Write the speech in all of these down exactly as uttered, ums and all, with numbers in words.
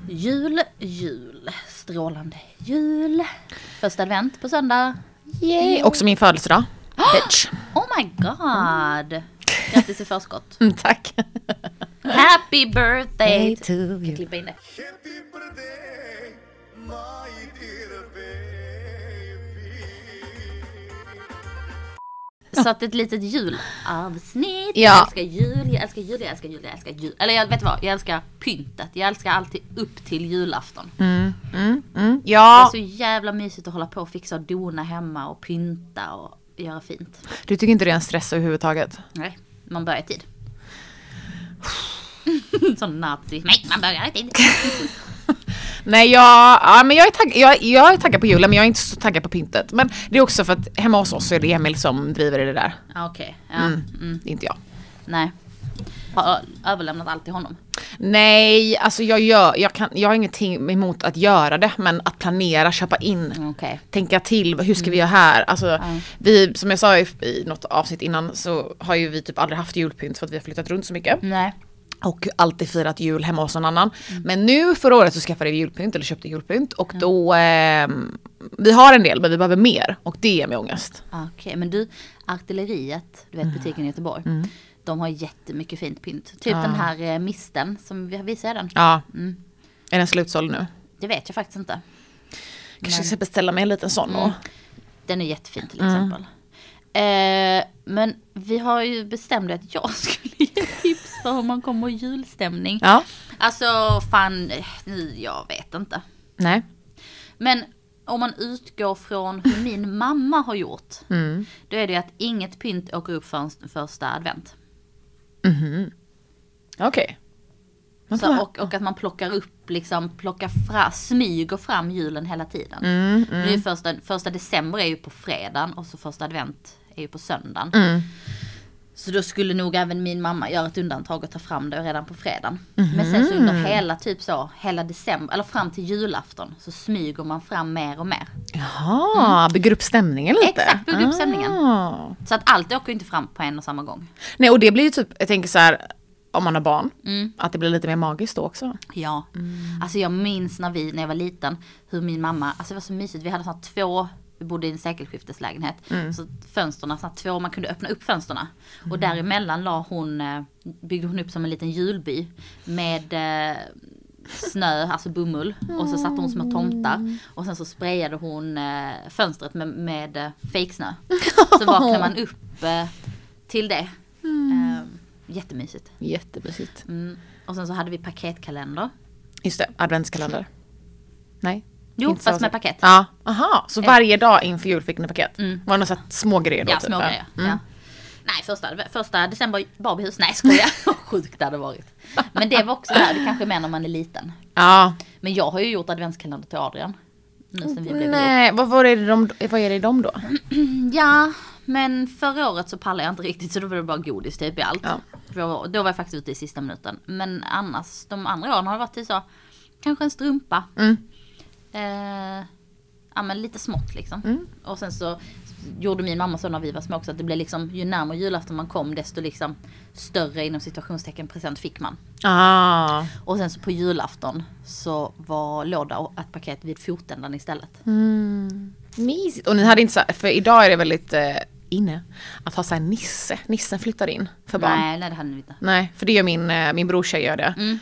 Jul, jul, strålande jul. Första advent på söndag. Yay. Också min födelsedag. Bitch. Oh my god. Grattis i förskott. Mm, tack. Happy birthday Hey to you. Jag klipper in det. Happy birthday, my dear baby. Så att ett litet julavsnitt. Ja. Jag älskar jul, jag älskar jul, jag älskar jul, jag älskar jul. Eller jag vet vad, jag älskar pyntet. Jag älskar alltid upp till julafton. Mm, mm, mm. Det Ja, är så jävla mysigt att hålla på och fixa och dona hemma och pynta och göra fint. du tycker inte det är en stress överhuvudtaget? Nej, man börjar i tid. Sån nazi. Nej, man börjar i tid. Nej, jag, ja, men jag, är tagg, jag, jag är taggad på julen, men jag är inte så taggad på pyntet. Men det är också för att hemma hos oss är det Emil som driver i det där. Ja, okej. Ja. Mm. Mm. Det är inte jag. Nej. Har överlämnat allt till honom. Nej, alltså jag, gör, jag, kan, jag har ingenting emot att göra det, men att planera, köpa in, Okej. tänka till, hur ska vi göra här? Alltså, Mm. vi, som jag sa i, i något avsnitt innan, så har ju vi typ aldrig haft julpynt för att vi har flyttat runt så mycket. Nej. Och alltid firat jul hemma hos någon annan. Mm. Men nu förra året så skaffade vi julpynt, eller köpte julpynt. Och mm. då, eh, vi har en del men vi behöver mer. Och det är med ångest. Okej, men du, Artilleriet, du vet butiken i Göteborg. Mm. De har jättemycket fint pynt. Typ Ja. den här eh, misten som vi visar den. Ja, Mm. är den slutsåld nu? Det vet jag faktiskt inte. Kanske Men- ska beställa mig en liten sån. Mm. Och, Den är jättefin till Mm. exempel. Eh, men vi har ju bestämt att jag skulle ge tips för hur man kommer i julstämning. ja, Alltså fan, eh, jag vet inte. nej. Men om man utgår från hur min mamma har gjort. Mm. Då är det att inget pynt åker upp för första advent. Mhm. Okej. Man får- Så, och, och att man plockar upp, liksom plockar fra, smyger fram julen hela tiden. Mm, Nu är mm, första, första december är ju på fredagen och så första advent är ju på söndagen. mm. Så då skulle nog även min mamma göra ett undantag och ta fram det redan på fredagen. Mhm. Men sen så under hela typ så, hela december, eller fram till julafton så smyger man fram mer och mer. Jaha, bygger upp stämningen lite. Exakt, bygger upp stämningen. Ah. Så att allt åker ju inte fram på en och samma gång. Nej, och det blir ju typ, jag tänker så här, om man har barn, Mm. att det blir lite mer magiskt då också. Ja, alltså jag minns när vi, när jag var liten, hur min mamma, alltså det var så mysigt, vi hade såna två, vi bodde i en sekelskifteslägenhet, Mm. så fönsterna, såna två, man kunde öppna upp fönsterna. Och däremellan la hon, eh, byggde hon upp som en liten julby med eh, snö, alltså bomull. Och så satte hon små tomtar. Och sen så sprayade hon eh, fönstret med, med eh, fejksnö. Så vaknade man upp eh, till det. Eh, jättemysigt. Jättemysigt. Mm. Och sen så hade vi paketkalender. Just det, adventskalender. Nej. Jo, Inte så fast med avsnitt. paket. Ja, aha. Så varje dag inför jul fick ni paket? Mm. Var det några så här små grejer då? Ja, typ? små grejer. Mm. Ja. Nej, första, första december Barbiehus. Nej, skojar. Vad sjukt det hade varit. Men det var också där, det kanske är mer när man är liten. Ja. Men jag har ju gjort adventskalender till Adrian. Nu sen vi blev ihop. Nej, vad, var det de, vad är det i dem då? Ja, men förra året så pallade jag inte riktigt, så då var det bara godis typ i allt. Ja. Då, då var jag faktiskt ute i sista minuten. Men annars, de andra åren har det varit i så, kanske en strumpa. Mm. Eh, ja, men lite smått liksom. Mm. Och sen så gjorde min mamma så när vi var små också, att det blev liksom, ju närmare julafton man kom, desto liksom större inom situationstecken present fick man. Ah. Och sen så på julafton så var låda ett paket vid fotändan istället. Mm. Mysigt. Och ni hade inte så här, för idag är det väldigt eh, inne att ha så här nisse. Nissen flyttar in för barn. Nej, Nej, nej det hade vi inte. Nej, för det gör min, eh, min brorsa gör det. Mm.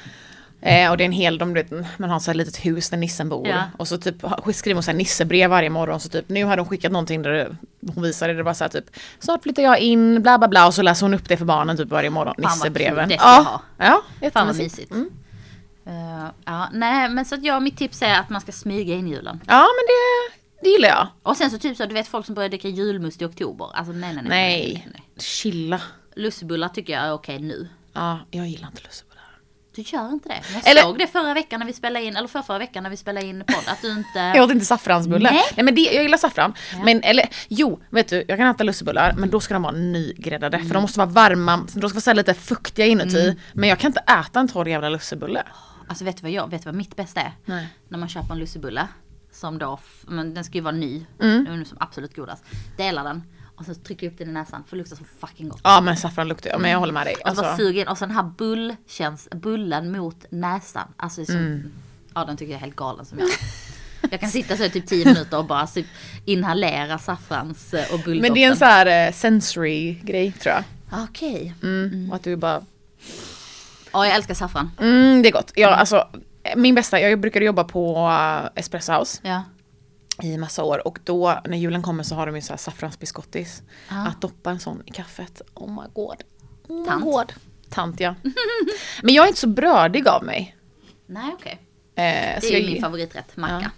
Eh, och det är en hel, de, du vet, man har så här ett litet hus där nissen bor. Ja. Och så typ ha- skriver hon så här nissebrev varje morgon. Så typ, nu har de skickat någonting där det, hon visade det, det var så här typ, snart flyttar jag in, bla bla bla. Och så läser hon upp det för barnen typ varje morgon, vad nissebreven. kul, det ska jag ha. Ja, ja, Fan vad jättemysigt. mysigt. Mm. Uh, ja, nej, men så att jag, mitt tips är att man ska smyga in julen. Ja, men det, det gillar jag. Och sen så typ så, du vet folk som börjar dricka julmust i oktober. Alltså nej, nej, nej. nej, Nej, nej, nej. chilla. Lussebullar tycker jag är okej nu. Ja, jag gillar inte lussebullar. Du gör inte det. Jag Eller- såg det förra veckan när vi spelade in, eller förra, förra veckan när vi spelade in podd, att du inte... Jag åt inte saffransbullar. Nej. Nej, men det, jag gillar saffran. Ja. Men eller, jo, vet du, jag kan äta lussebullar, men då ska de vara nygräddade. För de måste vara varma, de ska vara så här lite fuktiga inuti. Men jag kan inte äta en torr jävla lussebulle. Alltså vet du vad jag, vet du vad mitt bästa är? Nej. När man köper en lussebulle, som då, men den ska ju vara ny, Mm. den är som absolut godast. Dela den. Och så trycker jag upp den i näsan för det luktar så fucking gott. Ja men saffran luktar, ja, men jag håller med dig. Och så Alltså. bara suger in, och så den här bull känns, bullen mot näsan. Alltså som, Mm. ja den tycker jag är helt galen som jag. Jag kan sitta så i typ tio minuter och bara typ inhalera saffrans och bulldoften. Men det är en så här eh, sensory grej tror jag. Okej. Mm. Mm. Och att du bara... Ja, jag älskar saffran. Mm, det är gott. Jag, alltså, min bästa, jag brukade jobba på uh, Espresso House Ja. i massa år. Och då när julen kommer så har de ju så här saffransbiscottis. Ah. Att doppa en sån i kaffet. Oh my god. Oh my Tant. god. Tant ja. Men jag är inte så brödig av mig. Nej, okej. Eh, Det så är ju jag, min favoriträtt, macka.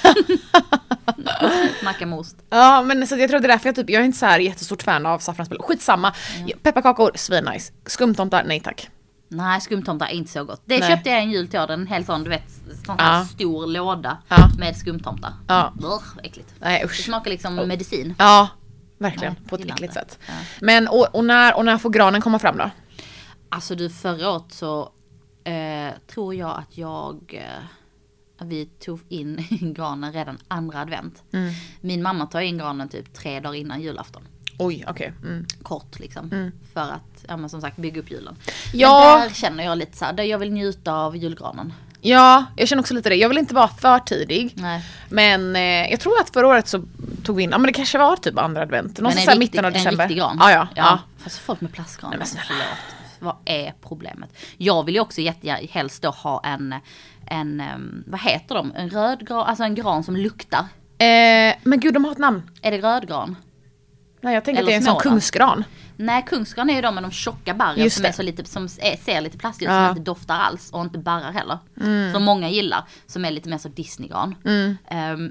Macka med ost. Ja men så jag tror det är därför jag typ, jag är inte så här jättestort fan av saffransbullar. Skitsamma. Mm. Pepparkakor, svinnice. Skumtomtar, nej tack. Nej, skumtomtar är inte så gott. Det Nej. köpte jag en jul till en hel sån, du vet, sån här Ja. stor låda Ja. med skumtomtar. Ja. Brr, äckligt. Nej Det usch. smakar liksom medicin. Ja, verkligen. Nej, på ett gillar äckligt inte. sätt. Ja. Men och, och, när, och när får granen komma fram då? Alltså du, förra året så eh, tror jag att jag, eh, vi tog in granen redan andra advent. Mm. Min mamma tar in granen typ tre dagar innan julafton. Oj, okej. Okay. Mm. Kort liksom. Mm. För att, ja men som sagt, bygga upp julen. Ja. Men där känner jag lite så här, där jag vill njuta av julgranen. Ja, jag känner också lite det. Jag vill inte vara för tidig. Nej. Men eh, jag tror att förra året så tog vi in, ja men det kanske var typ andra advent. Någonstans så här mitten av december. En riktig gran. Ja, ja. ja. ja. Fast folk med plastgran, Nej, men alltså, snälla. förlåt. Vad är problemet? Jag vill ju också jättegärna helst då ha en, en, um, vad heter de? En röd gran, alltså en gran som luktar. Eh, men gud, de har ett namn. Är det rödgran? Nej, jag tänker Eller att det är en sån snåla. kungsgran. Nej, kungsgran är ju de med de tjocka barren Just som, det. är så lite, som är, ser lite plastigt ut, Ja. som inte doftar alls och inte barrar heller. Som många gillar, som är lite mer så Disneygran. Mm. Um,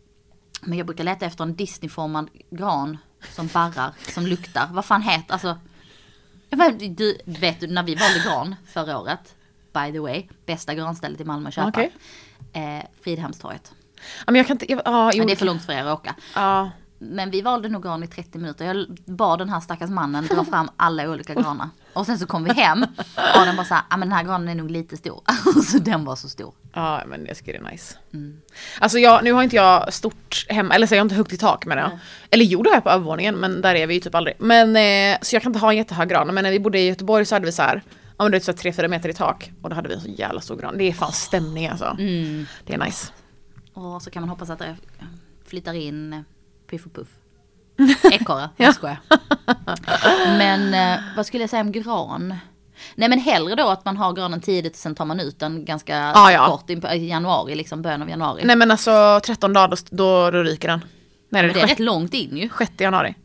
men jag brukar leta efter en Disneyformad gran som barrar, som luktar. Vad fan heter, alltså... Jag vet, du, vet du, när vi valde gran förra året, by the way, bästa granstället i Malmö att köpa. Okej. Eh, Fridhemstorget. Ja, men jag kan inte, jag, ja, jo, Men det är för långt för er att åka. Ja. Men vi valde nog gran i trettio minuter. Jag bad den här stackars mannen dra fram alla olika granar. Och sen så kom vi hem och den bara så här, ja men den här granen är nog lite stor. Så den var så stor. Ja, men jag tycker det är nice. Mm. Alltså jag, nu har inte jag stort hem, eller så jag har inte högt i tak med det. Nej. Eller jo, det har jag på övervåningen, men där är vi ju typ aldrig. Men, eh, så jag kan inte ha en jättehög gran. Men när vi bodde i Göteborg så hade vi så här, ja men det är så tre fyra meter i tak. Och då hade vi en så jävla stor gran. Det är fan stämning alltså. Mm. Det är nice. Och så kan man hoppas att det flyttar in Piff och Puff. Ekorre, Ja. jag skojar. Men eh, vad skulle jag säga om gran? Nej men hellre då att man har granen tidigt och sen tar man ut den ganska Ah, ja. kort i i januari, liksom början av januari. Nej men alltså tretton dagar, då, då, då ryker den. Nej, Men det det är är sjätte, rätt långt in ju. sjätte januari.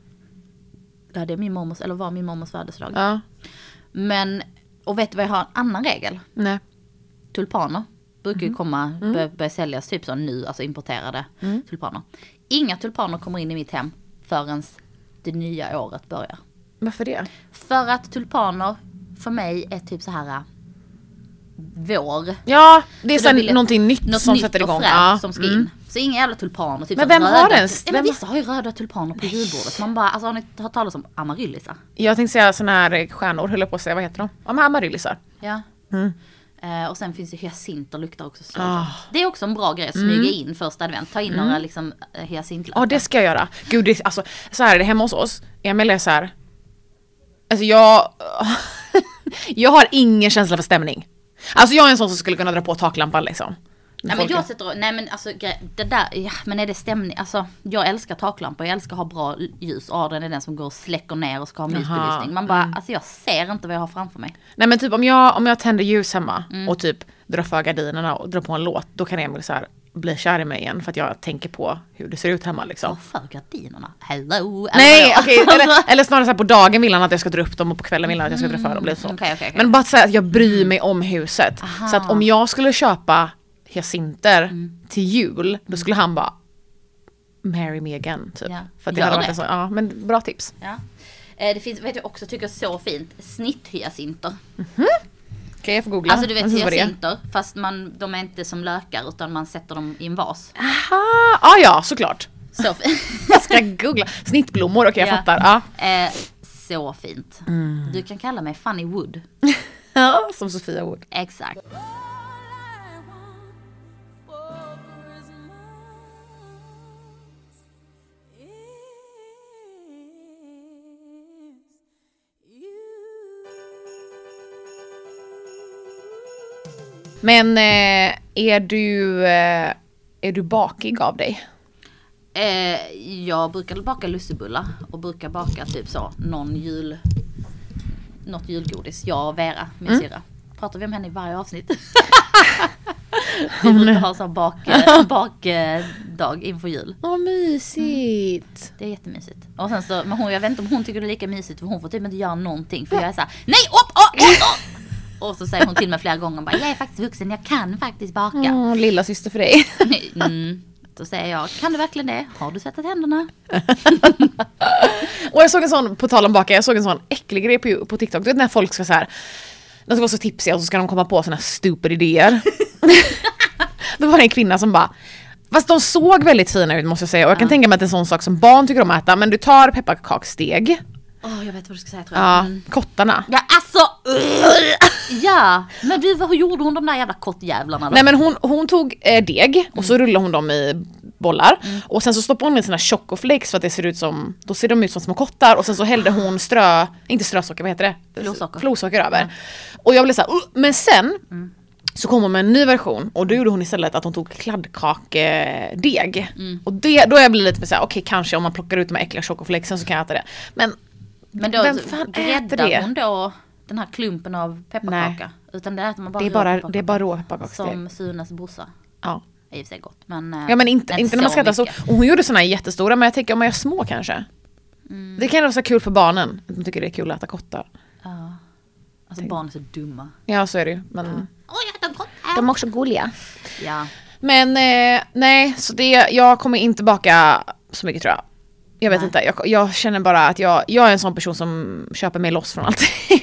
Ja, det är min mormors, eller var min mormors födelsedag. Ja, Men, och vet du vad jag har en annan regel? nej. Tulpaner brukar Mhm. ju komma, börja, börja säljas typ så nu, alltså importerade Mm. tulpaner. Inga tulpaner kommer in i mitt hem förrän det nya året börjar. Varför det? För att tulpaner för mig är typ så här äh, vår. Ja, det är Så så då vill här, jag- någonting nytt Något som nytt sätter och igång. fräscht Ja. som ska mm. in. Så inga jävla tulpaner. Typ Men så vem röda, har ens- Ja, men vem- vissa har ju röda tulpaner på julbordet. Man bara, alltså har ni hört talas om amaryllisar? Jag tänkte säga såna här stjärnor, höll jag på att säga, vad heter de? Ja, men amaryllisar. Ja. Mm. Eh, och sen finns det hyacinter, luktar också så. Ah. Det är också en bra grej att smyga in första advent. Ta in några liksom eh, hyacintlökar. Ja, det ska jag göra. Gud, det, alltså, så här är det hemma hos oss. Emil är så här. Alltså jag... jag har ingen känsla för stämning. Alltså jag är en sån som skulle kunna dra på taklampan liksom. Nej men jag sätter, nej men alltså gre- det där, ja, men är det stämning, alltså jag älskar taklampor, jag älskar att ha bra ljus, Adrian är den som går och släcker ner och ska ha mysbelysning. Man bara, alltså jag ser inte vad jag har framför mig. Nej men typ om jag, om jag tänder ljus hemma Mm. och typ drar för gardinerna och drar på en låt, då kan Emil så här bli kär i mig igen för att jag tänker på hur det ser ut hemma liksom. Vad för gardinerna? Hello? Eller Nej, vadå? okej, eller, eller snarare så här på dagen vill han att jag ska dra upp dem och på kvällen vill han att jag ska dra för dem. Blir så. Okej, okej, okej. Men bara säga att jag bryr mig om huset. Aha. Så att om jag skulle köpa hyacinter Mm. till jul, då skulle han bara marry me again typ. Ja. För att det Gör hade varit det. en sån, ja men bra tips. Ja. Eh, det finns, vet du också tycker jag är så fint, snitthyacinter. Okej, jag får googla. Alltså du vet Jag vet inte vad det är. hyacinter, fast man, de är inte som lökar utan man sätter dem i en vas. Aha, ah, ja såklart. Så fint. Jag ska googla. Snittblommor, okej jag Ja. fattar. Ja. Eh, så fint. Du kan kalla mig Funny Wood. Ja, som Sofia Wood. Exakt. Men eh, är du eh, är du bakig av dig? Eh, jag brukar baka lussebullar och brukar baka typ så någon jul något julgodis. Jag och Vera, min mm. syrra. Pratar vi om henne i varje avsnitt. Vi brukar ha så bak, bakdag inför jul. Åh, mysigt. Mm. Det är jättemysigt. Och sen så, men hon, jag vet inte om hon tycker det är lika mysigt, för hon får typ inte göra någonting. För jag är så här, nej, upp, upp, upp, upp. Och så säger hon till mig flera gånger, bara, jag är faktiskt vuxen, jag kan faktiskt baka. Åh, lilla syster för dig. Mm. Då säger jag, kan du verkligen det? Har du tvättat händerna? Och jag såg en sån, på tal om baka, jag såg en sån äcklig grej på, på TikTok. Du vet när folk ska så här, de ska vara så tipsiga och så ska de komma på såna stupid idéer. Då var det en kvinna som bara, fast de såg väldigt fina ut måste jag säga. Och jag kan ja. tänka mig att det är en sån sak som barn tycker om att äta. Men du tar pepparkakssteg. Åh, oh, jag vet vad du ska säga, tror jag. Ja, mm. kottarna. Ja, alltså. Ja, men du, hur gjorde hon de där jävla kottjävlarna då? Nej, men hon, hon tog eh, deg mm. och så rullade hon dem i bollar. Mm. Och sen så stoppade hon in sina chocoflakes för att det ser ut som, då ser de ut som små kottar. Och sen så hällde hon strö, inte strösocker, vad heter det? Florsocker. Florsocker över. Mm. Och jag blev så här, uh, men sen mm. så kom hon med en ny version. Och då gjorde hon istället att hon tog kladdkakedeg. Mm. Och det, då jag blev lite så här, okej, okay, kanske om man plockar ut de här äckliga chocoflakesen så kan jag äta det. Men, men då, vem fan äter det? Hon då den här klumpen av pepparkaka? Nej. Utan det äter man bara det är bara, det är bara rå pepparkaksteg. Som Sunes brorsa. Ja. Det är i sig gott. Men, ja, men inte, inte när man ska äta så. Och hon gjorde såna här jättestora, men jag tänker om man gör små kanske. Mm. Det kan vara så kul för barnen. De tycker det är kul att äta kottar. Ja. Alltså tänk. Barn är så dumma. Ja, så är det ju. Men ja. Oh, jag äter kottar. De är också gulliga. Ja. Men eh, nej, så det, jag kommer inte baka så mycket tror jag. Jag vet nej. inte, jag, jag känner bara att jag, jag är en sån person som köper mig loss från allt.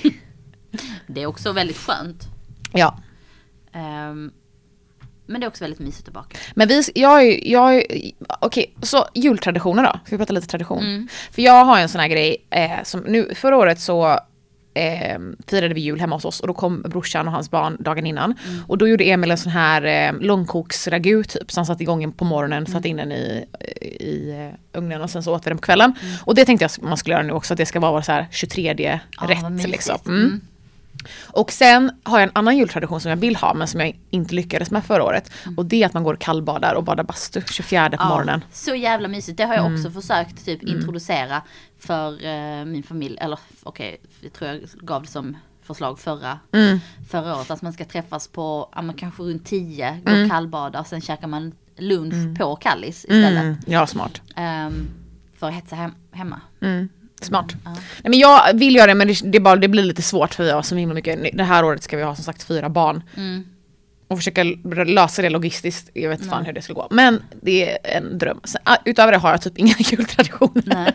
Det är också väldigt skönt. Ja. Um, men det är också väldigt mysigt att baka. Men vi, jag, jag, okej, okay, så jultraditioner då. Ska vi prata lite tradition? Mm. För jag har en sån här grej, eh, som nu, förra året så eh, firade vi jul hemma hos oss och då kom brorsan och hans barn dagen innan. Mm. Och då gjorde Emil en sån här eh, långkoksragu typ, som han satte igång på morgonen, mm. satt in den i, i eh, ugnen och sen så åt vi den på kvällen. Mm. Och det tänkte jag man skulle göra nu också, att det ska vara så här tjugotredje ja, rätt liksom. Mm. Mm. Och sen har jag en annan jultradition som jag vill ha men som jag inte lyckades med förra året. Mm. Och det är att man går kallbadar och badar bastu tjugofjärde på ja, morgonen. Så jävla mysigt. Det har jag också mm. försökt typ mm. introducera för uh, min familj. Eller okej, okay, jag tror jag gav det som förslag förra, mm. förra året. Att man ska träffas på ja, man kanske runt tio, gå mm. kallbada och sen käkar man lunch mm. på Kallis istället. Mm. Ja, smart. Um, för att hetsa hem, hemma. Mm. Smart. Mm, ja. Nej, men jag vill göra det, men det, det, bara, det blir lite svårt för jag som himla mycket. Det här året ska vi ha som sagt fyra barn. Mm. Och försöka lösa det logistiskt. Jag vet fan mm. hur det skulle gå. Men det är en dröm. Sen, utöver det har jag typ inga jultraditioner. Nej.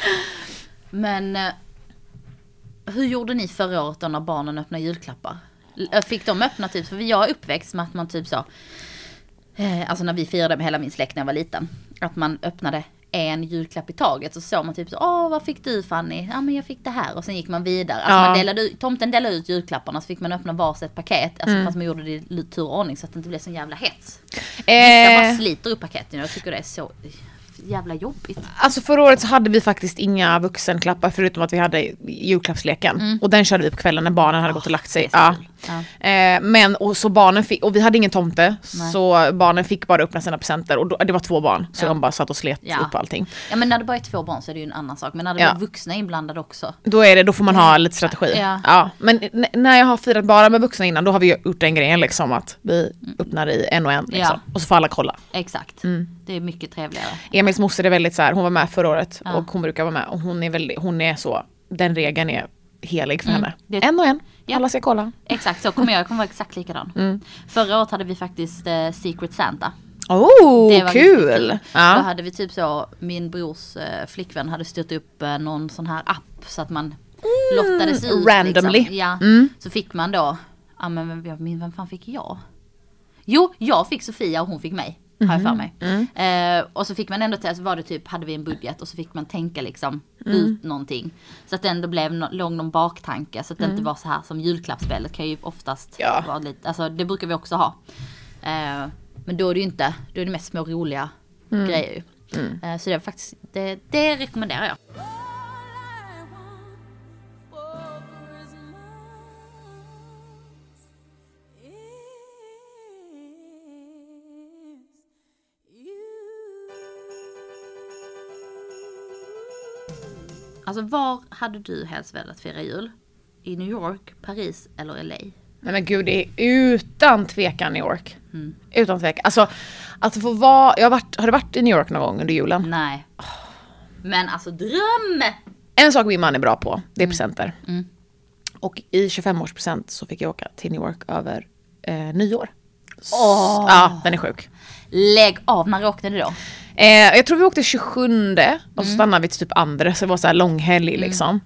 Men hur gjorde ni förra året då när barnen öppnade julklappar? Fick de öppna typ, för jag är uppväxt med att man typ så, eh, alltså när vi firade med hela min släkt när jag var liten, att man öppnade en julklapp i taget, så såg man typ så, åh vad fick du Fanny? Ja men jag fick det här, och sen gick man vidare. Alltså ja. man delade ut, tomten delade ut julklapparna, så fick man öppna varsitt paket, alltså mm. fast man gjorde det i tur och ordning så att det inte blev sån jävla hets. Eh. Jag bara sliter upp paketen och jag tycker det är så jävla jobbigt. Alltså förra året så hade vi faktiskt inga vuxenklappar förutom att vi hade julklappsleken. Mm. Och den körde vi på kvällen när barnen hade oh, gått och lagt sig. Ja. Ja. Eh, men och så barnen fick, och vi hade ingen tomte. Nej. Så barnen fick bara öppna sina presenter. Och då, det var två barn. Så ja. de bara satt och slet ja. upp allting. Ja, men när det bara är två barn så är det ju en annan sak. Men när det ja. är vuxna inblandade också. Då är det, då får man ha lite strategi. Ja. Ja. Men n- när jag har firat bara med vuxna innan, då har vi gjort den grejen liksom att vi öppnar i en och en liksom. Ja. Och så får alla kolla. Exakt. Mm. Det är mycket trevligare. Emils moster är väldigt så här, hon var med förra året ja. och hon brukar vara med, och hon är väldigt, hon är så, den regeln är helig för mm. henne. Det... En och en, ja. alla ska kolla. Exakt, så kommer jag, jag kommer vara exakt likadan. Mm. Förra året hade vi faktiskt eh, Secret Santa. Oh, det var kul! Ja. Då hade vi typ så, min brors eh, flickvän hade styrt upp eh, någon sån här app så att man mm. lottades ut. Randomly. Liksom. Ja, mm. så fick man då, ja men vem, vem fan fick jag? Jo, jag fick Sofia och hon fick mig. Har jag för mig. Mm. Eh, och så fick man ändå till, så var det typ, hade vi en budget och så fick man tänka liksom mm. ut någonting. Så att det ändå blev no, låg någon baktanke. Så att det mm. inte var så här som julklappsspelet kan ju oftast ja. vara lite, alltså det brukar vi också ha. Eh, men då är det ju inte, då är det mest små roliga mm. grejer. Mm. Eh, så det är faktiskt, det, det rekommenderar jag. Alltså var hade du helst velat fira jul? I New York, Paris eller L A? Nej men gud, det är utan tvekan New York. Mm. Utan tvekan. Alltså, att få vara, jag har, varit, har du varit i New York någon gång under julen? Nej. Men alltså dröm! En sak min man är bra på, det är Mm. presenter. Mm. Och i tjugofem-årspresent så fick jag åka till New York över eh, nyår. Åh. Ja, den är sjuk. Lägg av, när åkte ni då? Eh, jag tror vi åkte tjugosjunde och så stannade vi till typ andra, så det var så här långhelg liksom.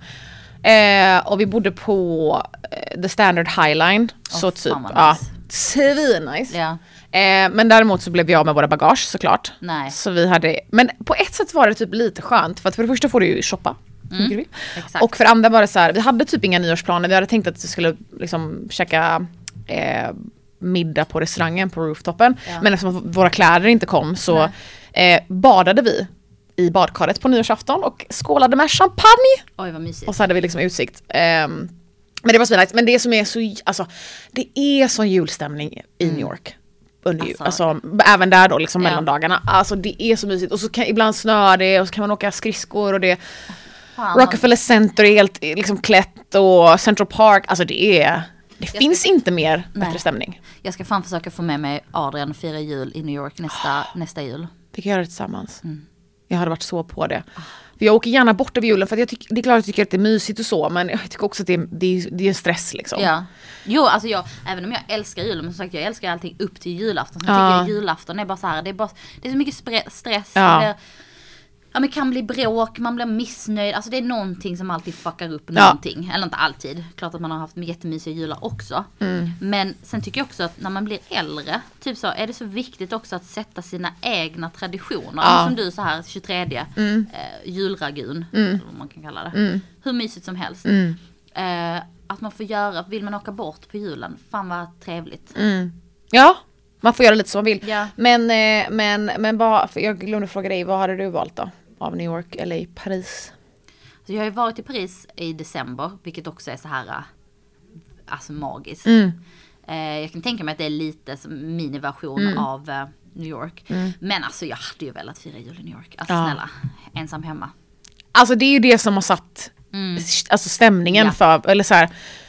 Eh, och vi bodde på eh, The Standard High Line. Åh, så typ, fan vad ja, nice. svinnice. Ja. Eh, men däremot så blev vi av med våra bagage såklart. Nej. Så vi hade, men på ett sätt var det typ lite skönt. För att för det första får du ju shoppa. Mm. Vi. Exakt. Och för andra var det så här, vi hade typ inga nyårsplaner. Vi hade tänkt att vi skulle liksom käka eh, middag på restaurangen på rooftopen. Ja. Men eftersom våra kläder inte kom så eh, badade vi i badkaret på nyårsafton och skålade med champagne. Oj vad mysigt. Och så hade vi liksom utsikt. Um, men det var så nice. Men det som är så, alltså, det är sån julstämning i New York. Under jul. Alltså- Alltså, även där då, liksom Ja. mellandagarna. Alltså det är så mysigt. Och så kan ibland snöar det och så kan man åka skridskor och det. Fan, Rockefeller Center är helt liksom klätt och Central Park. Alltså det är, det finns inte mer Nej. bättre stämning. Jag ska fan försöka få med mig Adrian och fira jul i New York nästa, nästa jul. Vi kan göra det tillsammans. Mm. Jag hade varit så på det. För jag åker gärna bort över julen för att jag tycker, det är klart jag tycker att det är mysigt och så, men jag tycker också att det är, det är, det är en stress liksom. Ja. Jo, alltså jag, även om jag älskar julen, men som sagt jag älskar allting upp till julafton. Så jag Ja. tycker att julafton är bara så här, det är, bara, det är så mycket spre- stress. Ja. Det, ja, men kan bli bråk, man blir missnöjd. Alltså det är någonting som alltid fuckar upp Ja. någonting. Eller inte alltid. Klart att man har haft jättemysiga jular också. Mm. Men sen tycker jag också att när man blir äldre, typ så, är det så viktigt också att sätta sina egna traditioner. Ja. Som du så här, tjugotredje, Mm. eh, julragun, Mm. eller vad man kan kalla det. Mm. Hur mysigt som helst. Mm. Eh, att man får göra, vill man åka bort på julen, fan vad trevligt. Mm. Ja, man får göra lite som man vill. Ja. Men, eh, men, men vad, för jag glömde fråga dig, vad hade du valt då? Av New York eller Paris? Så jag har ju varit i Paris i december, vilket också är så här, eh, alltså magiskt. Mm. Eh, jag kan tänka mig att det är lite som miniversion Mm. av eh, New York. Mm. Men alltså jag hade ju velat fira jul i New York. Alltså Ja. snälla, ensam hemma. Alltså det är ju det som har satt Mm. alltså stämningen Ja. för, eller så här,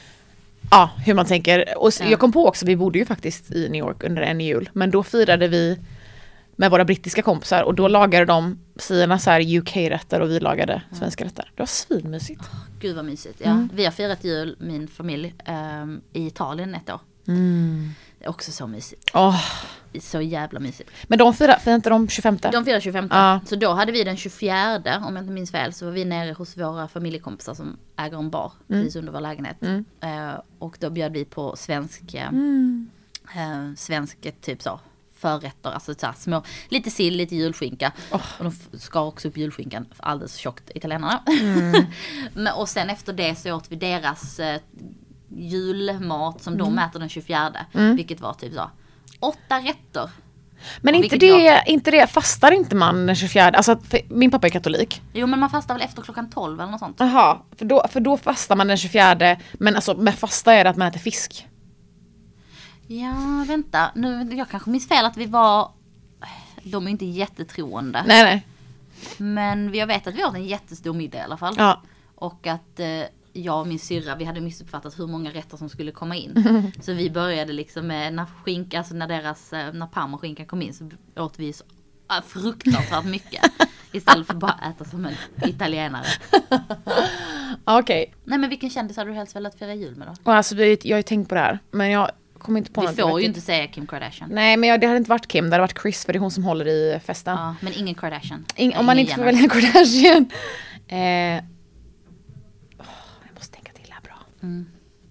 ja, hur man tänker. Och s- Ja. jag kom på också, vi bodde ju faktiskt i New York under en jul, men då firade vi med våra brittiska kompisar och då lagade de sina så här U K-rätter och vi lagade svenska rätter. Det var svinmysigt. Gud vad mysigt. Ja. Mm. Vi har firat jul, min familj, ehm, i Italien ett år. Mm. Det är också så mysigt. Åh. Så jävla mysigt. Men de firar, firar inte de tjugofemte? De firar tjugofemte. Ja. Så då hade vi den tjugofjärde, om jag inte minns fel, så var vi nere hos våra familjekompisar som äger en bar precis under vår lägenhet. Mm. Eh, och då bjöd vi på svensk, eh, Mm. eh, svensk typ så, förrätter, alltså så här små, lite sill, lite julskinka. Oh. Och de f- skar också upp julskinkan alldeles tjockt, italienarna. Mm. Men, och sen efter det så åt vi deras eh, julmat som de Mm. äter den tjugofjärde. Mm. Vilket var typ så, åtta rätter. Men Och inte vilket det, inte det, fastar inte man den tjugofjärde? Alltså, för min pappa är katolik. Jo men man fastar väl efter klockan tolv eller något sånt. Jaha, för då, för då fastar man den tjugofjärde, men alltså med fasta är det att man äter fisk. Ja, vänta. Nu, jag kanske minns fel att vi var... De är inte jättetroende. Nej, nej. Men jag vet att vi åt en jättestor middag i alla fall. Ja. Och att eh, jag och min syrra, vi hade missuppfattat hur många rätter som skulle komma in. Så vi började liksom med när skinka, alltså när deras, eh, när parmaskinkan kom in så åt vi så äh, fruktansvärt mycket. Istället för bara äta som en italienare. Okej. Nej men vilken kändis hade du helst velat fira jul med då? Och alltså, vi, jag har ju tänkt på det här, men jag kommer inte på Vi något får ju direkt. inte säga Kim Kardashian. Nej, men jag, det hade inte varit Kim, det hade varit Chris, för det är hon som håller i festen. Ja, men ingen Kardashian. Ing, om man Ingen inte får Jenner. välja Kardashian. Eh, åh, jag måste tänka till här bra. Mm.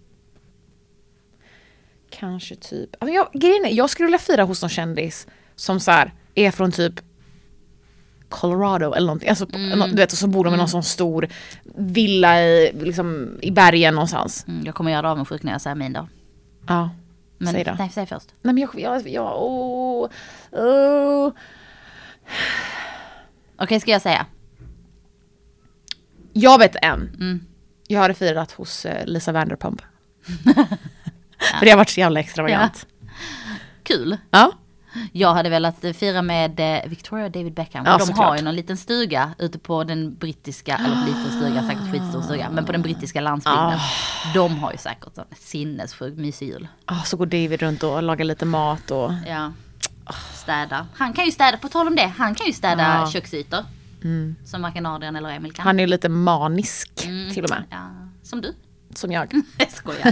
Kanske typ... Ja, men jag, grejen är, jag skulle vilja fira hos någon kändis som så här, är från typ Colorado eller någonting. Alltså, Mm. nå- du vet, och så bor de i någon sån stor villa i, liksom, i bergen någonstans. Mm, jag kommer göra avundsjuk när jag säger min då. Ja, Men, säg då. nej, säg först. Nej, men jag... jag, jag åh, åh. Okej, ska jag säga? Jag vet en. Mm. Jag hade firat hos eh, Lisa Vanderpump. För det har varit så jävla extravagant. Kul. Ja. Jag hade velat fira med eh, Victoria och David Beckham. Ja, de såklart. har ju någon liten stuga ute på den brittiska, eller liten stuga, säkert skitstor stuga, men på den brittiska landsbygden. Ah. De har ju säkert en sinnessjuk mysig jul. Oh, så går David runt och lagar lite mat och... Ja, städa. Han kan ju städa, på tal om det, han kan ju städa Ja. köksytor. Mm. Som varken Adrian eller Emil kan. Han är ju lite manisk Mm. till och med. Ja, som du. Som jag. Jag skojar.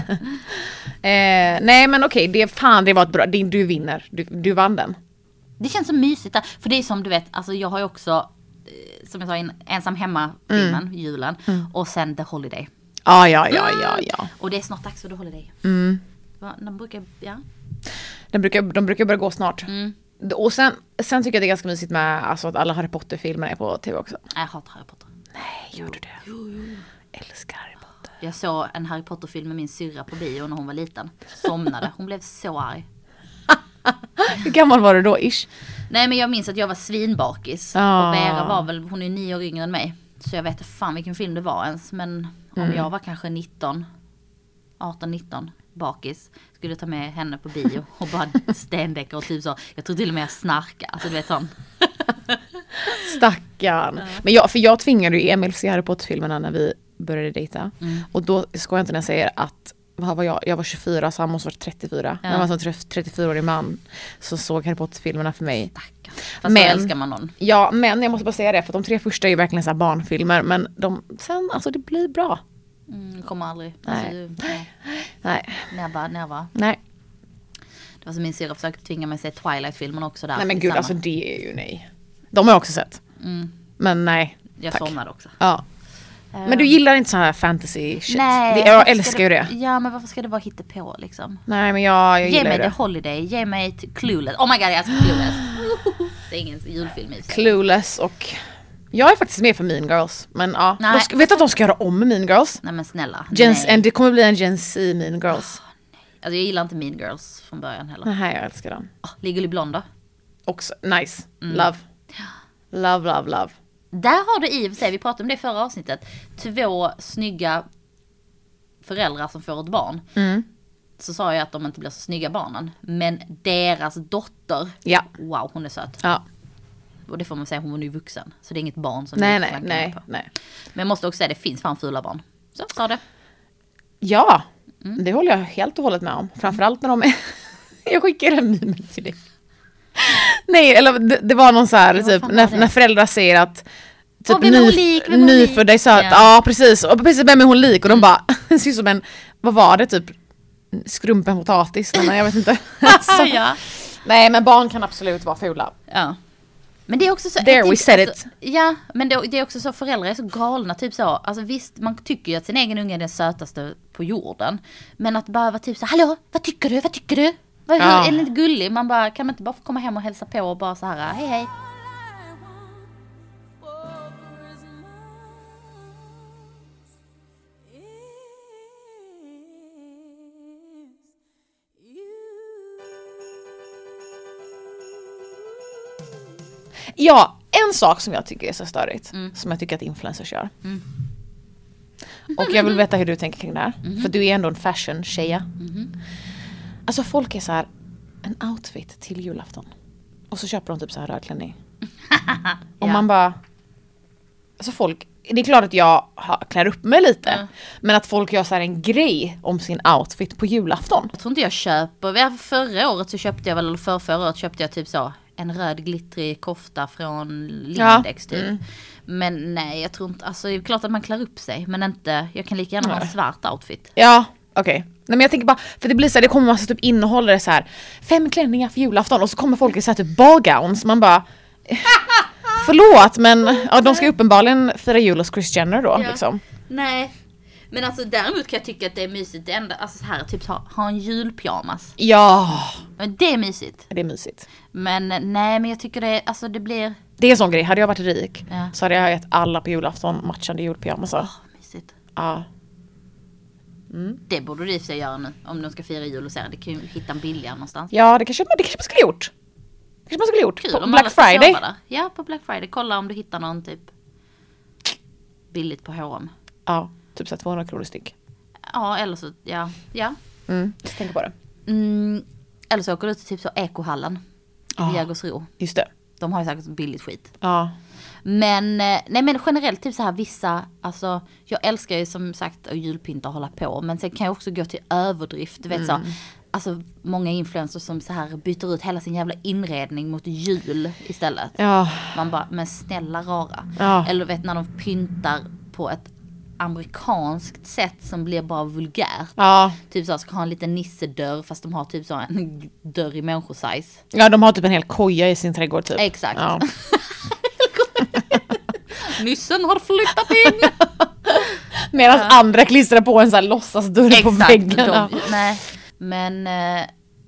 eh, nej men okej, det, fan, det var ett bra... Det, du vinner. Du, du vann den. Det känns så mysigt där. För det är som du vet, alltså jag har ju också, eh, som jag sa, in, ensam hemma-filmen, Mm. julen. Och sen The Holiday. Ah, ja, ja, ja, ja. Och det är snart dags för The Holiday. Mm. Va, de brukar, ja. De brukar, de brukar börja gå snart. Mm. Och sen, sen tycker jag det är ganska mysigt med alltså, att alla Harry Potter-filmer är på tv också. Jag hatar Harry Potter. Nej, gör du det? Jo, jo, jo. Älskar Harry Potter. Jag såg en Harry Potter-film med min syrra på bio när hon var liten. Somnade. Hon blev så arg. Hur gammal var du då, ish? Nej, men jag minns att jag var svinbakis. Ah. Och Vera var väl, hon är ju nio år yngre än mig. Så jag vet inte fan vilken film det var ens. Men om Mm. jag var kanske nitton, arton nitton bakis, skulle ta med henne på bio och bara stendäcka och typ så. Jag tror till och med jag snarka. Alltså du vet sån. Stackarn. Men jag, för jag tvingade ju Emil se Harry Potter-filmerna när vi började dejta. Mm. Och då ska jag inte när jag säger att vad var jag? Jag var tjugofyra så han måste vara trettiofyra. Ja. Jag var som trettiofyraårig man som såg Harry Potter-filmerna för mig. Stackarn. Fast Men- så älskar man någon. Ja, men jag måste bara säga det för att de tre första är ju verkligen så här barnfilmer. Men de, sen, alltså det blir bra. Mm, kommer aldrig. Nej. Alltså, nej. Nej, Never, never. nej. Det var som min syrra försökte tvinga mig att se Twilight-filmen också där. Nej men i gud, samma. alltså det är ju nej. De har jag också sett. Mm, Men nej. jag Tack. somnade också. Ja. Men du gillar inte så här fantasy shit? Nej, det, jag varför ska älskar ju det. Ja, men varför ska det vara hittepå liksom? Nej men jag, jag Ge gillar mig det. The Holiday, ge mig t- Clueless. Oh my god, jag älskar Clueless. Det är ingen julfilm i sig. Clueless och... Jag är faktiskt med för Mean Girls. Men ja, Nej. de ska, vet du att de ska göra om Mean Girls? Nej men snälla. Gen, nej. en, det kommer bli en Gen Z Mean Girls. Alltså jag gillar inte Mean Girls från början heller. Nej, jag älskar den. Oh, Legally Blonde då? Också nice. Mm. Love. Love, love, love. Där har du i och för sig, vi pratade om det i förra avsnittet, två snygga föräldrar som får ett barn. Mm. Så sa jag att de inte blir så snygga barnen. Men deras dotter, Ja. wow hon är söt. Ja. Och det får man säga, hon var nu vuxen. Så det är inget barn som Nej, vi nej, klankar nej, på. nej. Men jag måste också säga, det finns fan fula barn. Så, sa det. Ja, Mm. det håller jag helt och hållet med om. Framförallt när de är... jag skickar en meme till dig. Nej, eller det, det var någon så här, vad typ, fan var när, det? när föräldrar säger att typ Åh, vem är hon lik? Vem är hon lik? nyfödda är söt. Ja. Ja, precis. Och precis, vem är hon lik? Och de bara, det ser ut som en, vad var det, typ skrumpen potatis? Nej, men jag vet inte. Så, ja. nej, men barn kan absolut vara fula. ja. Men det är också så... There jag we tänker, said alltså, Ja, men det, det är också så, föräldrar är så galna, typ så. Alltså visst, man tycker ju att sin egen unge är den sötaste på jorden. Men att bara vara typ så, hallå, vad tycker du, vad tycker du? Vad, Ja. Är det inte gullig? Man bara, kan man inte bara få komma hem och hälsa på och bara så här, hej hej. Ja, en sak som jag tycker är så störigt, Mm. som jag tycker att influencers gör. Mm. Och jag vill veta hur du tänker kring det här. Mhm. För du är ändå en fashion-tjeja. Mhm. Alltså folk är så här, en outfit till julafton. Och så köper de typ så här röd klänning. Och Ja. man bara... Alltså folk... Det är klart att jag har, klär upp mig lite. Ja. Men att folk gör så här en grej om sin outfit på julafton. Jag tror inte jag köper, ja, förra året så köpte jag väl, eller för förra året köpte jag typ så, en röd glittrig kofta från Lindex Ja. typ. Mm. Men nej, jag tror inte, alltså det är klart att man klär upp sig, men inte, jag kan lika gärna ha en Nej. svart outfit. Ja, okej. Nej men jag tänker bara, för det blir så här, det kommer massa typ innehåll där det är så här, fem klänningar för julafton och så kommer folk i så här typ ballgowns. Man bara, förlåt men ja, de ska uppenbarligen fira jul hos Kris Jenner då Ja. liksom. Nej, men alltså däremot kan jag tycka att det är mysigt, det enda, alltså så här, typ ha, ha en julpyjamas. Ja, Men det är mysigt. det är mysigt. Men nej, men jag tycker det, alltså det blir, Det är en sån grej, hade jag varit rik Ja. så hade jag gett alla på julafton matchande julpyjamasar. åh, mysigt. Ja. Det borde du i och för sig göra nu, om de ska fira jul och så här, det kan ju hitta en billigare någonstans. Ja, det kanske, det kanske man skulle ha gjort. Det kanske man skulle ha gjort. Kul På om Black alla ska Friday. sova där. Ja, på Black Friday. Kolla om du hittar någon typ billigt på H och M. Ja, typ så här tvåhundra kronor styck. Ja, eller så, ja. ja. Mm, jag tänker på det. Mm, eller så åker du till typ så ekohallen. vid Jägersro. Just det. De har ju säkert billigt skit. Ja. Men, nej men generellt typ så här vissa, alltså jag älskar ju som sagt att julpynta och hålla på. Men sen kan jag också gå till överdrift, du vet så. Alltså många influencers som så här byter ut hela sin jävla inredning mot jul istället. Ja. Man bara, men snälla rara. Ja. Eller vet när de pyntar på ett amerikanskt sätt som blir bara vulgärt. Ja. Typ så ska ha en liten nissedörr fast de har typ så en dörr i människosize. Ja, de har typ en hel koja i sin trädgård typ. Exakt. Ja. Nissen har flyttat in. Medan ja. andra klistrar på en sån här låtsasdörr Exakt, på väggen. De, nej, men eh,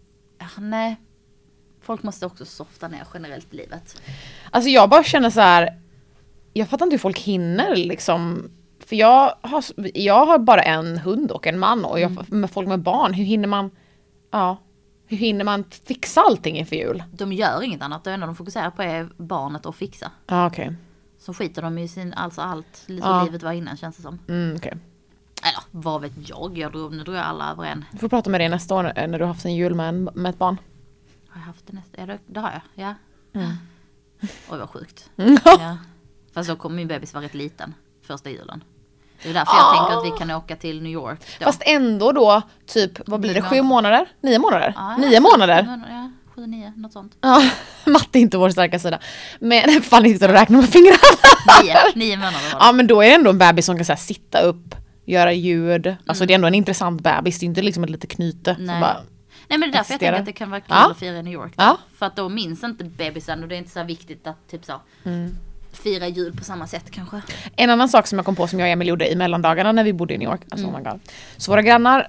nej. Folk måste också softa ner generellt i livet. Alltså jag bara känner så här. Jag fattar inte hur folk hinner liksom. För jag har, jag har bara en hund och en man. Och jag, mm. med folk med barn, hur hinner man ja, hur hinner man fixa allting inför jul? De gör inget annat. Det enda de fokuserar på är barnet och fixa. Ja, okej. Okay. Så skiter de i sin, alltså allt så ja. livet var innan känns det som. Mm, okej. Okay. Eller vad vet jag, jag drog, nu drog jag alla över en. Du får prata med dig nästa år när du har haft en jul med, en, med ett barn. Har jag haft det nästa? Ja, det, det har jag, ja. Mm. Oj vad sjukt. Ja. Fast då kommer min bebis vara rätt liten första julen. Det är därför jag oh. tänker att vi kan åka till New York då. Fast ändå då, typ, vad blir det, sju månader? Nio månader? Ja, nio månader? Ja, sju, nio, något sånt. Ja, matte är inte vår starka sida. Men fan inte att räkna med fingrarna. Nio, nio månader var det. Ja, men då är det ändå en bebis som kan så här, sitta upp, göra ljud. Alltså mm. det är ändå en intressant bebis, det är inte liksom ett litet knyte. Nej. Bara, Nej, men det är därför jag tänker att det kan vara kul ja. att fira i New York. Ja. För att då minns inte bebisen och det är inte så här viktigt att typ så mm. fira jul på samma sätt kanske. En annan sak som jag kom på som jag och Emil gjorde i mellandagarna när vi bodde i New York. Alltså, mm. oh my God. Så våra grannar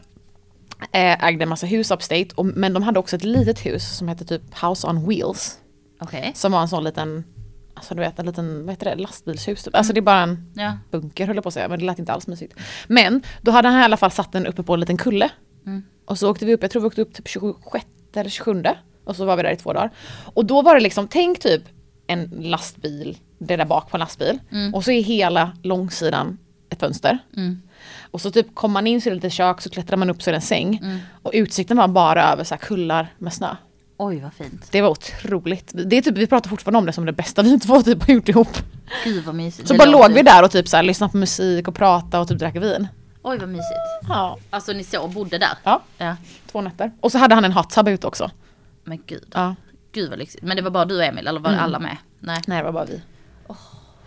eh, ägde en massa hus upstate. Och, men de hade också ett litet hus som hette typ House on Wheels. Okay. Som var en sån liten, alltså du vet en liten, vad heter det, lastbilshus typ. Alltså det är bara en ja. bunker höll jag på att säga. Men det lät inte alls mysigt. Men då hade han i alla fall satt den uppe på en liten kulle. Mm. Och så åkte vi upp, jag tror vi åkte upp typ tjugosjätte eller tjugosjunde. Och så var vi där i två dagar. Och då var det liksom, tänk typ en lastbil, det där bak på en lastbil. Mm. Och så är hela långsidan ett fönster. Mm. Och så typ kommer man in så är det lite kök, så klättrar man upp så är det en säng. Mm. Och utsikten var bara över så här kullar med snö. Oj vad fint. Det var otroligt. Det är typ, vi pratar fortfarande om det som det bästa vi två typ har gjort ihop. Gud vad mysigt. Så det bara låg vi där och typ så här, lyssnade på musik och pratade och typ drack vin. Oj vad mysigt. Ja. Alltså ni så bodde där? Ja. Ja. Två nätter. Och så hade han en hot tub ute också. Men gud. Ja. Gud vad lyxigt. Men det var bara du och Emil eller var mm. alla med? Nej. Nej, det var bara vi. Oh.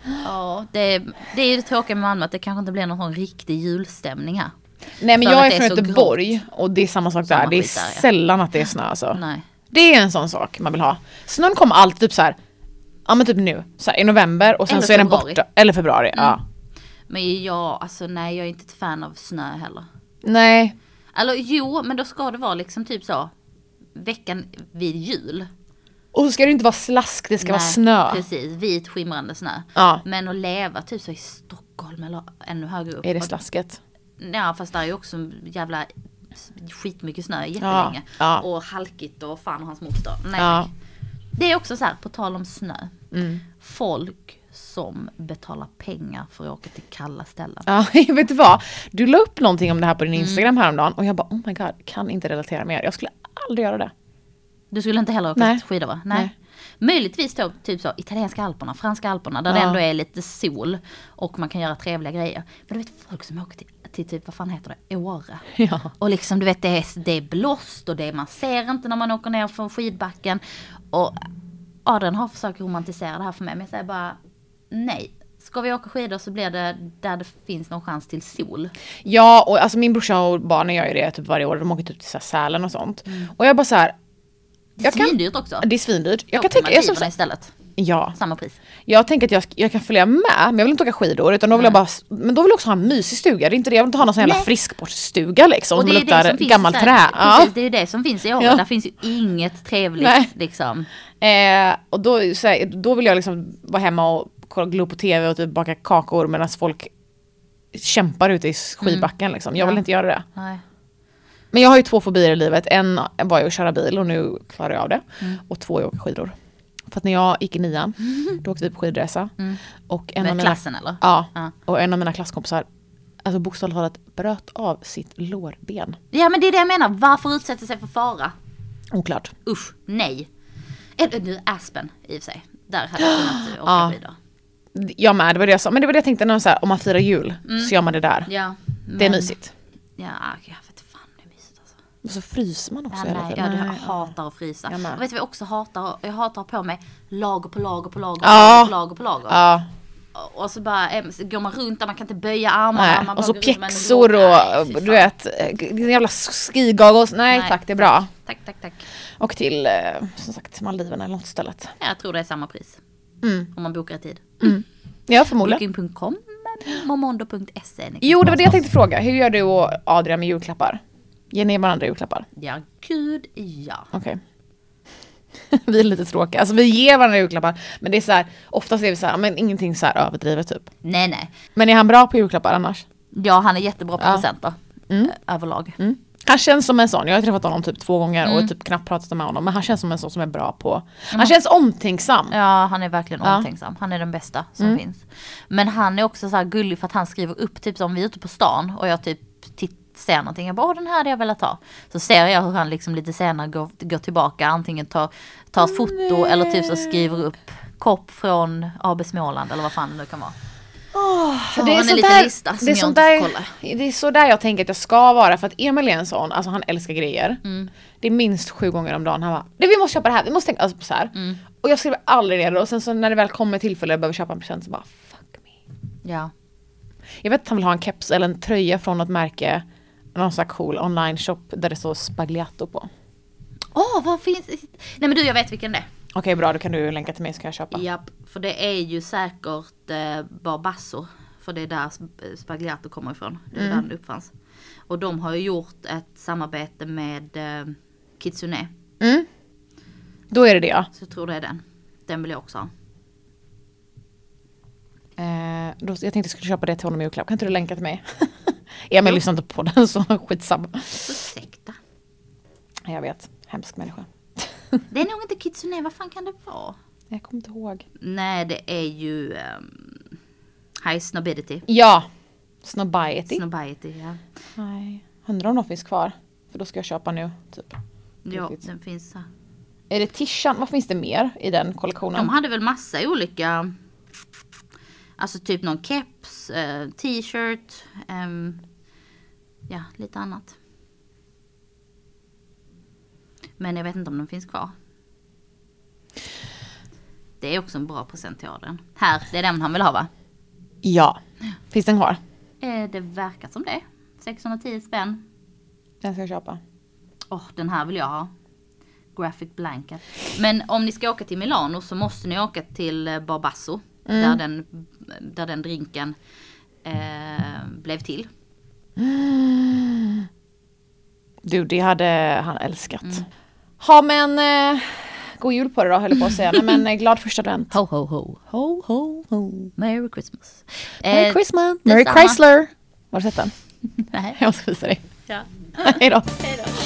Ja, det, det är ju det tråkiga med Malmö att det kanske inte blir någon riktig julstämning här. Nej, men för jag är från är Göteborg och det är samma sak samma där. Det är där, ja. sällan att det är snö alltså. Nej. Det är en sån sak man vill ha. Snön kommer alltid typ så här. Ja men typ nu, så här, i november och sen eller så är februari. den borta. Eller februari, mm. ja. Men jag, alltså nej jag är inte ett fan av snö heller. Nej. Eller jo, men då ska det vara liksom typ så veckan vid jul. Och så ska det inte vara slask, det ska nej, vara snö. Precis, vit skimrande snö. Ja. Men att leva typ så i Stockholm eller ännu högre upp. Är det slasket? Ja, fast där är ju också jävla skitmycket snö jättelänge. Ja, ja. Och halkigt och fan och hans moster. Nej. Ja. Det är också så här, på tal om snö. Mm. Folk som betalar pengar för att åka till kalla ställen. Ja, vet du vad? Du la upp någonting om det här på din Instagram mm. häromdagen. Och jag bara, oh my god, kan inte relatera mer. Jag skulle aldrig göra det. Du skulle inte heller åka Nej. skidor va? Nej. Nej. Möjligtvis då, typ så, italienska alperna, franska alperna. Där ja. det ändå är lite sol. Och man kan göra trevliga grejer. Men du vet folk som åker till, till typ, vad fan heter det? Åre. Ja. Och liksom du vet, det är, det är blåst och det man ser inte när man åker ner från skidbacken. Och Adrian har försökt romantisera det här för mig. Men jag säger bara, nej. Ska vi åka skidor så blir det där det finns någon chans till sol. Ja, och alltså min brorsa och barnen gör ju det typ varje år. De åker typ till så här Sälen och sånt. Mm. Och jag bara så här. Det är svindyrt också. Det är svindyrt. Jag, jag kan tänka, jag som, istället. Ja. Samma pris. Jag tänker att jag, jag kan följa med, men jag vill inte åka skidor. Utan då vill jag bara, men då vill jag också ha en mysig stuga. Det är inte det, jag vill inte ha någon sån jävla friskbordsstuga liksom. Och det som luktar gammalt trä. Precis, ja. det är ju det som finns i år. Ja. Där finns ju inget trevligt. Nej. Liksom. Eh, och då, så här, då vill jag liksom vara hemma och glo på tv och typ baka kakor medan folk kämpar ute i skidbacken. Mm. Liksom. Jag vill ja. inte göra det. Nej. Men jag har ju två fobier i livet. En var ju att köra bil och nu klarar jag av det. Mm. Och två är att åka skidor. För att när jag gick i nian, mm. då åkte vi på skidresa. Mm. Och en Med av mina, klassen eller? Ja, ja. Och en av mina klasskompisar, alltså bokstavligt talat, bröt av sitt lårben. Ja men det är det jag menar. Varför utsätta sig för fara? Oklart. Usch, nej. Eller nu Aspen i och för sig. Där hade jag kunnat åka Ja. skidor. Jag med, det var det jag sa. Men det var det jag tänkte, när så här, om man firar jul Mm. så gör man det där. Ja, Det är men- mysigt. Ja, jag vet fan, det är mysigt alltså. Och så fryser man också Ja, hela nej, tiden. ja, du Nej, hatar att frysa. Jag med. Och vet du vad jag också hatar? Jag hatar på mig lager på lager på lager, Ja. på lager på lager. Ja, Och så bara eh, så går man runt där, man kan inte böja armarna. nej. Man bara Och så går runt med en pjäxor grå- Nej, och fy fan. du vet, eh, jävla skigoggles. Nej, Nej, tack, det är bra. Tack, tack, tack. Och till, eh, som sagt, Maldiverna eller något stället. Jag tror det är samma pris. Mm. Om man bokar i tid. Ja, förmodligen. Booking punkt com, momondo punkt se. Jo, det var det jag tänkte fråga. Hur gör du och Adrian med julklappar? Ger ni varandra julklappar? Ja, gud ja. Okej. Vi är lite tråkiga. Alltså vi ger varandra julklappar. Men det är så här, oftast är vi så här, men ingenting så här överdrivet typ. Nej, nej. Men är han bra på julklappar annars? Ja, han är jättebra på Ja. presenter. Mm. Överlag. Mm. Han känns som en sån, jag har träffat honom typ två gånger Mm. och typ knappt pratat med honom. Men han känns som en sån som är bra på, han känns omtänksam. Ja, han är verkligen Ja. omtänksam. Han är den bästa som Mm. finns. Men han är också så här gullig för att han skriver upp typ som vi är ute på stan och jag typ titt- ser någonting. Jag bara, åh, den här hade jag velat ha. Så ser jag hur han liksom lite senare går, går tillbaka. Antingen tar, tar ett foto eller typ så skriver upp kopp från A B Småland eller vad fan det nu kan vara. För har det är han en sånt liten där, lista som det är jag sånt inte där, får kolla. det är så där jag tänker att jag ska vara. För att Emil är en sån, alltså han älskar grejer. Mm. Det är minst sju gånger om dagen han bara, "Nej, vi måste köpa det här, vi måste tänka alltså, så här." Mm. Och jag skriver aldrig ner det. Och sen så när det väl kommer tillfälle jag behöver köpa en present så bara, fuck me. Ja. Jag Jag vet att han vill ha en keps eller en tröja från något märke. Någon sån här cool online shop där det står Spagliato på. Åh, vad finns... Nej men du, jag vet vilken det är. Okej, bra, då kan du länka till mig så kan jag köpa. Japp, för det är ju säkert eh, Barbasso. För det är där Sp- Spagliato kommer ifrån. Det är Mm. där den uppfanns. Och de har ju gjort ett samarbete med eh, Kitsune. Mm. Då är det det, ja. Så jag tror det är den. Den vill jag också ha. Eh, då, jag tänkte jag skulle köpa det till honom i julklapp. Kan inte du länka till mig? Emil lyssnar inte på den så skitsamma. Ursäkta. Jag vet, hemsk människa. Det är nog inte Kitsune, vad fan kan det vara? Jag kommer inte ihåg. Nej, det är ju um, High Snobidity. Ja, Snobiety. Snobiety, ja. Nej, undrar om de finns kvar. För då ska jag köpa nu, typ. Ja, Riktigt. den finns här. Är det Tishan? Vad finns det mer i den kollektionen? De hade väl massa olika, alltså typ någon keps, eh, t-shirt, ehm, ja lite annat. Men jag vet inte om de finns kvar. Det är också en bra present till Adrian. Här, det är den han vill ha va? Ja. Finns den kvar? Eh, det verkar som det. sexhundratio spänn. Den ska jag köpa. Åh, den här vill jag ha. Graphic blanket. Men om ni ska åka till Milano så måste ni åka till eh, Barbasso. Mm. Där, den, där den drinken eh, blev till. Du, det hade han älskat. Ha men, eh, god jul på det då höll jag på att säga. Nej, men eh, glad första advent. Ho, ho, ho. Ho, ho, ho. Merry Christmas. Merry Eh, Christmas. Merry detsamma. Chrysler. Har du sett den? Nej. Jag måste visa dig. Ja. Hej då. Hej då.